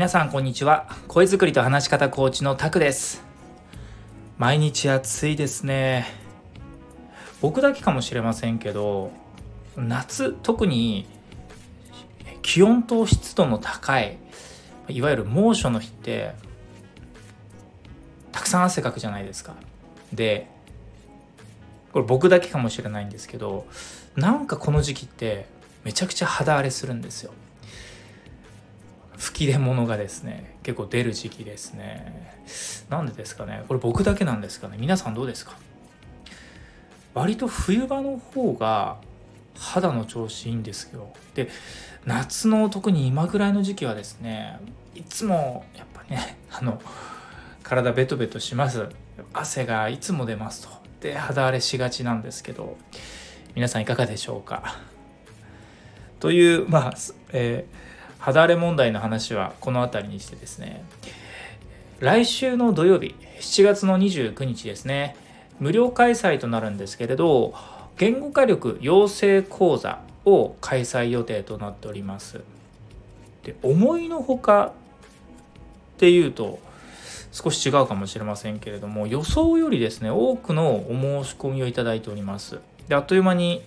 皆さんこんにちは。声作りと話し方コーチのタクです。毎日暑いですね。僕だけかもしれませんけど、夏特に気温と湿度の高いいわゆる猛暑の日ってたくさん汗かくじゃないですか。でこれ僕だけかもしれないんですけど、なんかこの時期ってめちゃくちゃ肌荒れするんですよ。吹き出物がですね結構出る時期ですね。なんでですかね。これ僕だけなんですかね。皆さんどうですか。割と冬場の方が肌の調子いいんですよ。で夏の特に今ぐらいの時期はですね、いつもやっぱね体ベトベトします。汗がいつも出ますと。で肌荒れしがちなんですけど、皆さんいかがでしょうか。という肌荒れ問題の話はこの辺りにしてですね、来週の土曜日7月の29日ですね、無料開催となるんですけれど、言語化力養成講座を開催予定となっております。で思いのほかっていうと少し違うかもしれませんけれども、予想よりですね多くのお申し込みをいただいております。であっという間に、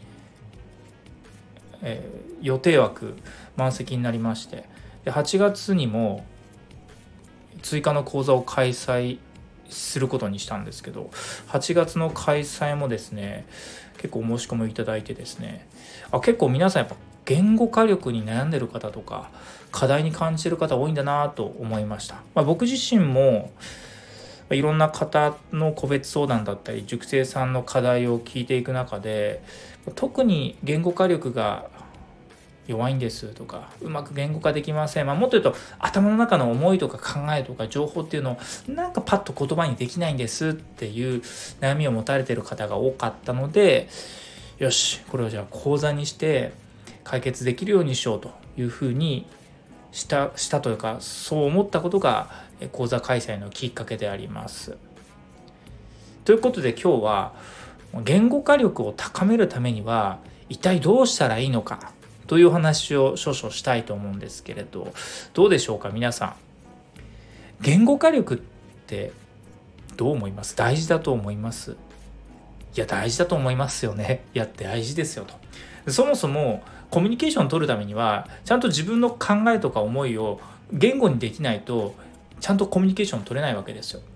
予定枠満席になりまして、で8月にも追加の講座を開催することにしたんですけど、8月の開催もですね結構お申し込みをいただいてですね、結構皆さんやっぱ言語化力に悩んでる方とか課題に感じてる方多いんだなと思いました。僕自身もいろんな方の個別相談だったり塾生さんの課題を聞いていく中で、特に言語化力が弱いんですとか、うまく言語化できません、もっと言うと頭の中の思いとか考えとか情報っていうのをなんかパッと言葉にできないんですっていう悩みを持たれている方が多かったので、よしこれをじゃあ講座にして解決できるようにしようというふうにしたというか、そう思ったことが講座開催のきっかけであります。ということで今日は言語化力を高めるためには一体どうしたらいいのかというお話を少々したいと思うんですけれど、どうでしょうか皆さん。言語化力ってどう思います？大事だと思います？いや大事だと思いますよね。いや大事ですよと。そもそもコミュニケーションを取るためにはちゃんと自分の考えとか思いを言語にできないとちゃんとコミュニケーション取れないわけですよ。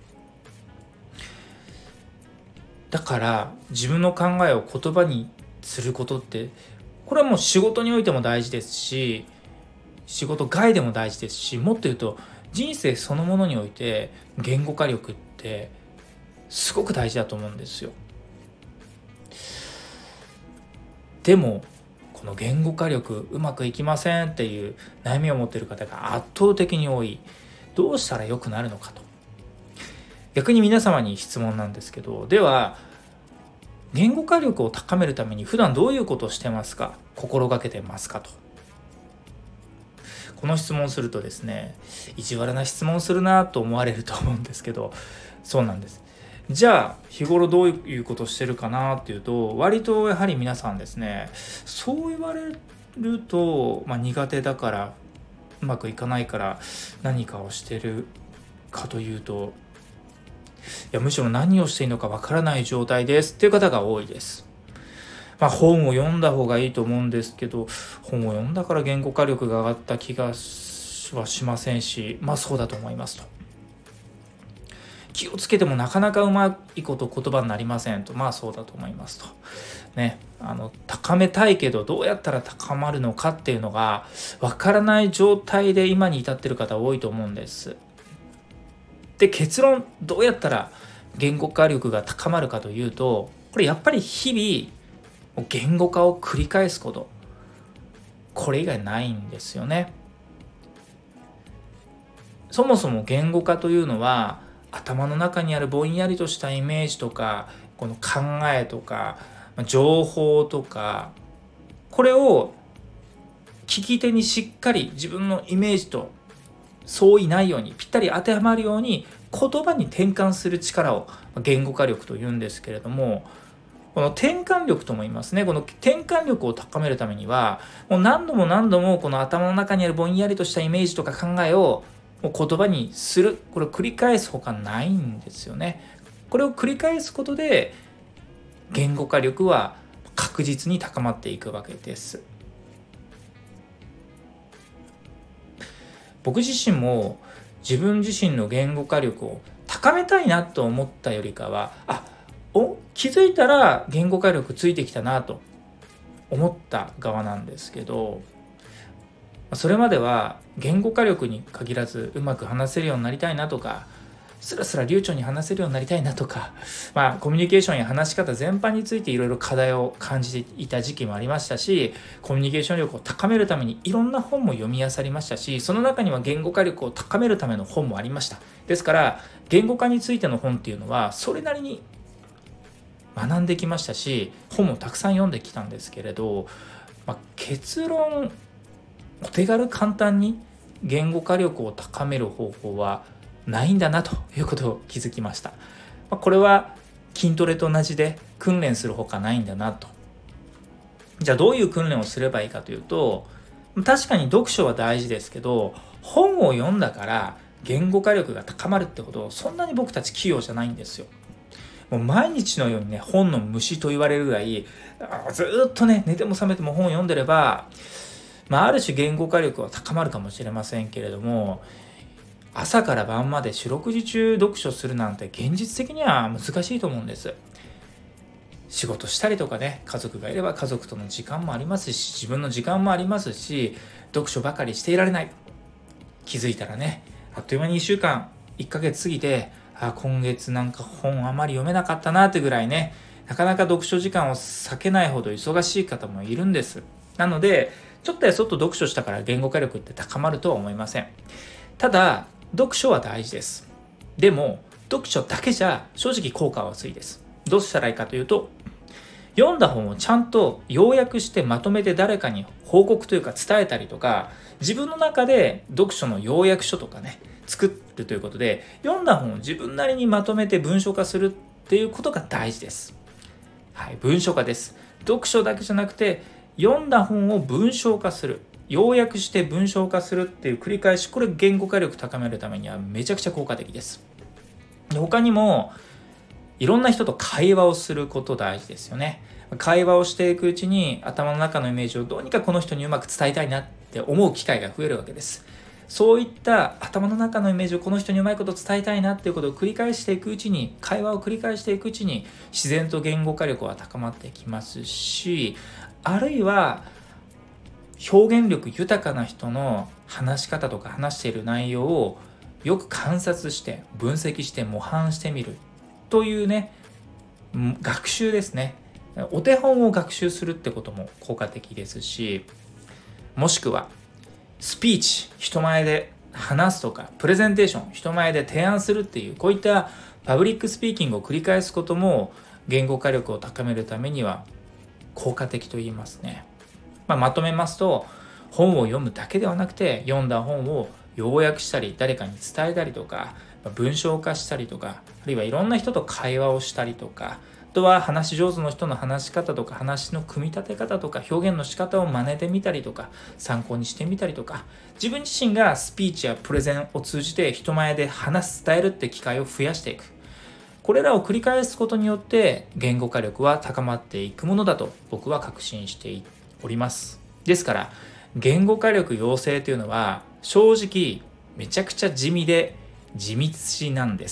だから自分の考えを言葉にすることって、これはもう仕事においても大事ですし、仕事外でも大事ですし、もっと言うと人生そのものにおいて言語化力ってすごく大事だと思うんですよ。でもこの言語化力うまくいきませんっていう悩みを持っている方が圧倒的に多い。どうしたら良くなるのかと。逆に皆様に質問なんですけど、では言語化力を高めるために普段どういうことをしてますか、心がけてますかと。この質問をするとですね、意地悪な質問するなと思われると思うんですけど、そうなんです。じゃあ日頃どういうことをしてるかなっていうと、割とやはり皆さんですね、そう言われると、苦手だからうまくいかないから何かをしてるかというと、いやむしろ何をしていいのかわからない状態ですっていう方が多いです。本を読んだ方がいいと思うんですけど、本を読んだから言語化力が上がった気がはしませんし、そうだと思いますと。気をつけてもなかなかうまいこと言葉になりませんと。そうだと思いますとね。高めたいけどどうやったら高まるのかっていうのがわからない状態で今に至っている方多いと思うんです。で結論、どうやったら言語化力が高まるかというと、これやっぱり日々言語化を繰り返すこと、これ以外ないんですよね。そもそも言語化というのは頭の中にあるぼんやりとしたイメージとか、この考えとか情報とか、これを聞き手にしっかり自分のイメージと相違ないようにぴったり当てはまるように言葉に転換する力を言語化力というんですけれども、この転換力とも言いますね。この転換力を高めるためにはもう何度もこの頭の中にあるぼんやりとしたイメージとか考えをを言葉にする、これを繰り返すほかないんですよね。これを繰り返すことで言語化力は確実に高まっていくわけです。僕自身も自分自身の言語化力を高めたいなと思ったよりかは、気づいたら言語化力ついてきたなと思った側なんですけど、それまでは言語化力に限らずうまく話せるようになりたいなとか、スラスラ流暢に話せるようになりたいなとか、コミュニケーションや話し方全般についていろいろ課題を感じていた時期もありましたし、コミュニケーション力を高めるためにいろんな本も読み漁りましたし、その中には言語化力を高めるための本もありました。ですから言語化についての本っていうのはそれなりに学んできましたし、本もたくさん読んできたんですけれど、結論、お手軽簡単に言語化力を高める方法はないんだなということを気づきました。これは筋トレと同じで訓練するほかないんだなと。じゃあどういう訓練をすればいいかというと、確かに読書は大事ですけど、本を読んだから言語化力が高まるってほどそんなに僕たち器用じゃないんですよ。もう毎日のようにね、本の虫と言われるぐらいずっとね、寝ても覚めても本を読んでれば、ある種言語化力は高まるかもしれませんけれども、朝から晩まで四六時中読書するなんて現実的には難しいと思うんです。仕事したりとかね、家族がいれば家族との時間もありますし、自分の時間もありますし、読書ばかりしていられない。気づいたらね、あっという間に1週間1ヶ月過ぎて、今月なんか本あまり読めなかったなってぐらいね、なかなか読書時間を割けないほど忙しい方もいるんです。なのでちょっとやそっと読書したから言語化力って高まるとは思いません。ただ読書は大事です。でも読書だけじゃ正直効果は薄いです。どうしたらいいかというと、読んだ本をちゃんと要約してまとめて誰かに報告というか伝えたりとか、自分の中で読書の要約書とかね作るということで、読んだ本を自分なりにまとめて文章化するっていうことが大事です。はい、文章化です。読書だけじゃなくて読んだ本を文章化する、要約して文章化するっていう繰り返し、これ言語化力高めるためにはめちゃくちゃ効果的です。で、他にもいろんな人と会話をすること大事ですよね。会話をしていくうちに頭の中のイメージをどうにかこの人にうまく伝えたいなって思う機会が増えるわけです。そういった頭の中のイメージをこの人にうまいこと伝えたいなっていうことを繰り返していくうちに、会話を繰り返していくうちに自然と言語化力は高まってきますし、あるいは表現力豊かな人の話し方とか話している内容をよく観察して分析して模範してみるというね、学習ですね。お手本を学習するってことも効果的ですし、もしくはスピーチ、人前で話すとか、プレゼンテーション、人前で提案するっていう、こういったパブリックスピーキングを繰り返すことも言語化力を高めるためには効果的と言いますね。まとめますと、本を読むだけではなくて、読んだ本を要約したり、誰かに伝えたりとか、文章化したりとか、あるいはいろんな人と会話をしたりとか、あとは話し上手の人の話し方とか、話の組み立て方とか、表現の仕方を真似てみたりとか、参考にしてみたりとか、自分自身がスピーチやプレゼンを通じて人前で話す、伝えるって機会を増やしていく。これらを繰り返すことによって言語化力は高まっていくものだと僕は確信しております。ですから言語化力養成というのは正直めちゃくちゃ地味で地道なんです。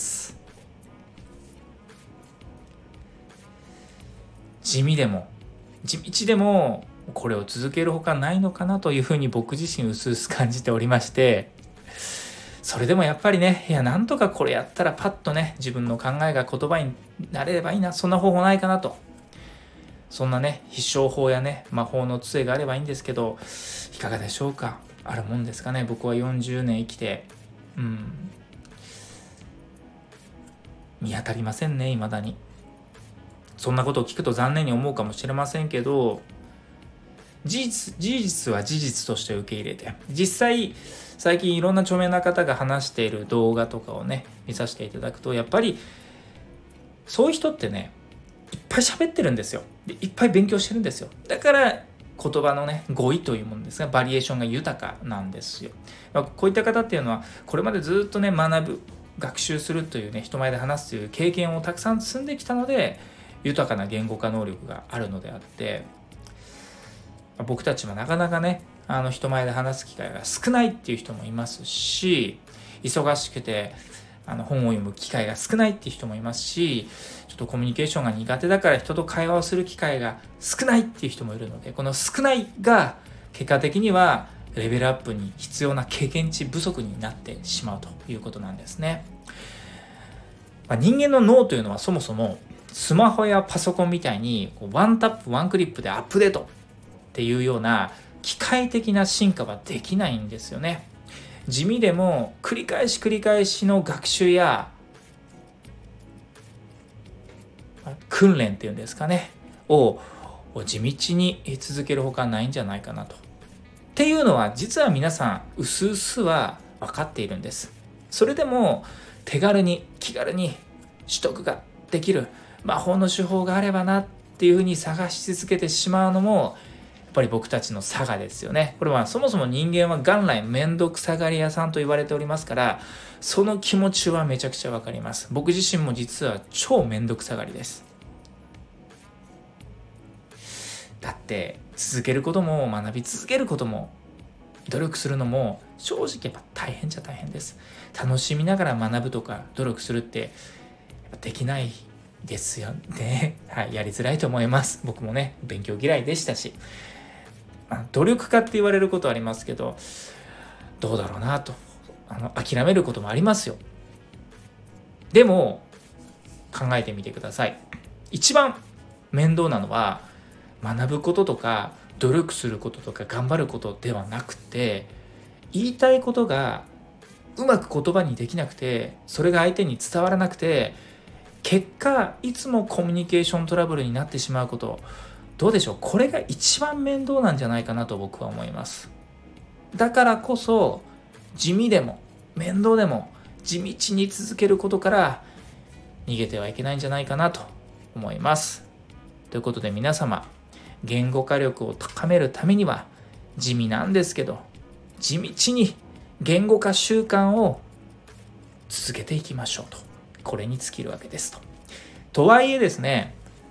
地味でも地道でもこれを続けるほかないのかなというふうに僕自身薄々感じておりまして、それでもやっぱりね、なんとかこれやったらパッとね、自分の考えが言葉になれればいいな、そんな方法ないかなと。そんなね、必勝法やね、魔法の杖があればいいんですけど、いかがでしょうか。あるもんですかね。僕は40年生きて、見当たりませんね、未だに。そんなことを聞くと残念に思うかもしれませんけど、事実は事実として受け入れて、実際最近いろんな著名な方が話している動画とかをね見させていただくと、やっぱりそういう人ってね、いっぱい喋ってるんですよ。でいっぱい勉強してるんですよ。だから言葉のね語彙というものですがバリエーションが豊かなんですよ。こういった方っていうのはこれまでずっとね学習するというね人前で話すという経験をたくさん積んできたので豊かな言語化能力があるのであって、僕たちもなかなかね人前で話す機会が少ないっていう人もいますし、忙しくて本を読む機会が少ないっていう人もいますし、ちょっとコミュニケーションが苦手だから人と会話をする機会が少ないっていう人もいるので、この少ないが結果的にはレベルアップに必要な経験値不足になってしまうということなんですね。人間の脳というのはそもそもスマホやパソコンみたいにワンタップワンクリップでアップデートっていうような機械的な進化はできないんですよね。地味でも繰り返しの学習や訓練っていうんですかねを地道に続けるほかないんじゃないかなと。っていうのは実は皆さん薄々は分かっているんです。それでも手軽に気軽に取得ができる魔法の手法があればなっていうふうに探し続けてしまうのもやっぱり僕たちの差がですよね。これはそもそも人間は元来めんどくさがり屋さんと言われておりますから、その気持ちはめちゃくちゃわかります。僕自身も実は超めんどくさがりです。だって続けることも学び続けることも努力するのも正直やっぱ大変じゃ大変です。楽しみながら学ぶとか努力するってできないですよね。はい、やりづらいと思います。僕もね勉強嫌いでしたし、努力家って言われることはありますけど、どうだろうなと諦めることもありますよ。でも考えてみてください。一番面倒なのは学ぶこととか努力することとか頑張ることではなくて、言いたいことがうまく言葉にできなくて、それが相手に伝わらなくて、結果いつもコミュニケーショントラブルになってしまうこと、どうでしょう。これが一番面倒なんじゃないかなと僕は思います。だからこそ地味でも面倒でも地道に続けることから逃げてはいけないんじゃないかなと思います。ということで皆様、言語化力を高めるためには地味なんですけど地道に言語化習慣を続けていきましょうと、これに尽きるわけですと。とはいえですね、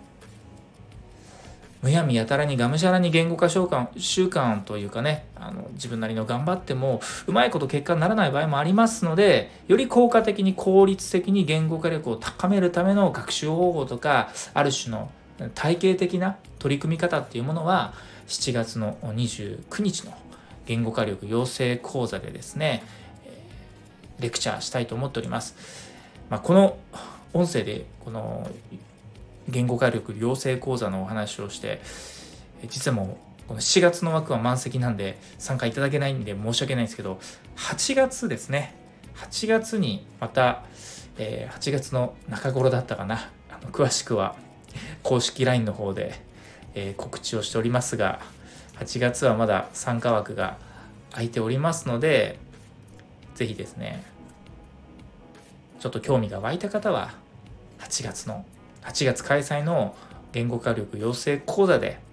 むやみやたらにがむしゃらに言語化習慣というかね、自分なりの頑張ってもうまいこと結果にならない場合もありますので、より効果的に効率的に言語化力を高めるための学習方法とか、ある種の体系的な取り組み方っていうものは7月の29日の言語化力養成講座でですね、レクチャーしたいと思っております。この音声でこの言語化力養成講座のお話をして、実はもうこの7月の枠は満席なんで参加いただけないんで申し訳ないんですけど、8月ですね、8月にまた、8月の中頃だったかな、詳しくは公式 LINE の方で、告知をしておりますが、8月はまだ参加枠が空いておりますので、ぜひですね、ちょっと興味が湧いた方は8月開催の言語化力養成講座で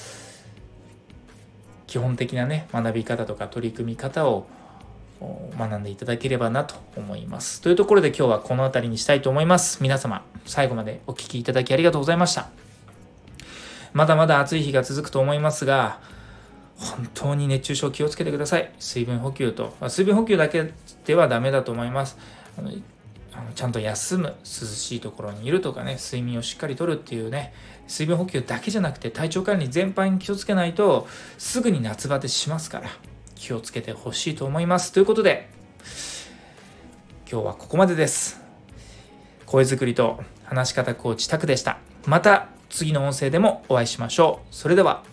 基本的なね学び方とか取り組み方を学んでいただければなと思います。というところで今日はこの辺りにしたいと思います。皆様最後までお聞きいただきありがとうございました。まだまだ暑い日が続くと思いますが、本当に熱中症気をつけてください。水分補給だけではダメだと思います。ちゃんと休む、涼しいところにいるとかね、睡眠をしっかりとるっていうね、水分補給だけじゃなくて体調管理全般に気をつけないとすぐに夏バテしますから、気をつけてほしいと思います。ということで今日はここまでです。声作りと話し方コーチタクでした。また次の音声でもお会いしましょう。それでは。